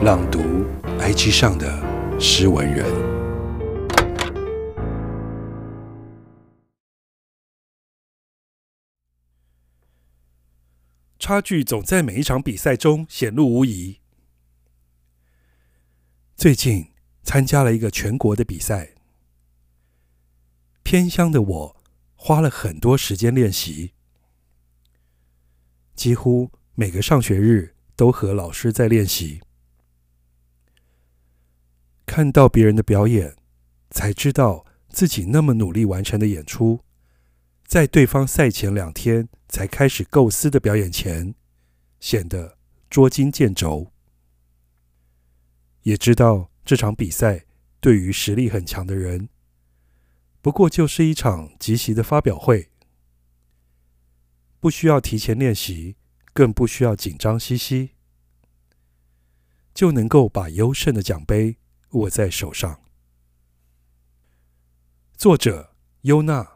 朗读 IG 上的诗文人。差距总在每一场比赛中显露无遗。最近参加了一个全国的比赛，偏乡的我花了很多时间练习，几乎每个上学日都和老师在练习。看到别人的表演，才知道自己那么努力完成的演出，在对方赛前2天才开始构思的表演前，显得捉襟见肘。也知道这场比赛对于实力很强的人，不过就是一场即席的发表会，不需要提前练习，更不需要紧张兮兮，就能够把优胜的奖杯握在手上。作者：优娜。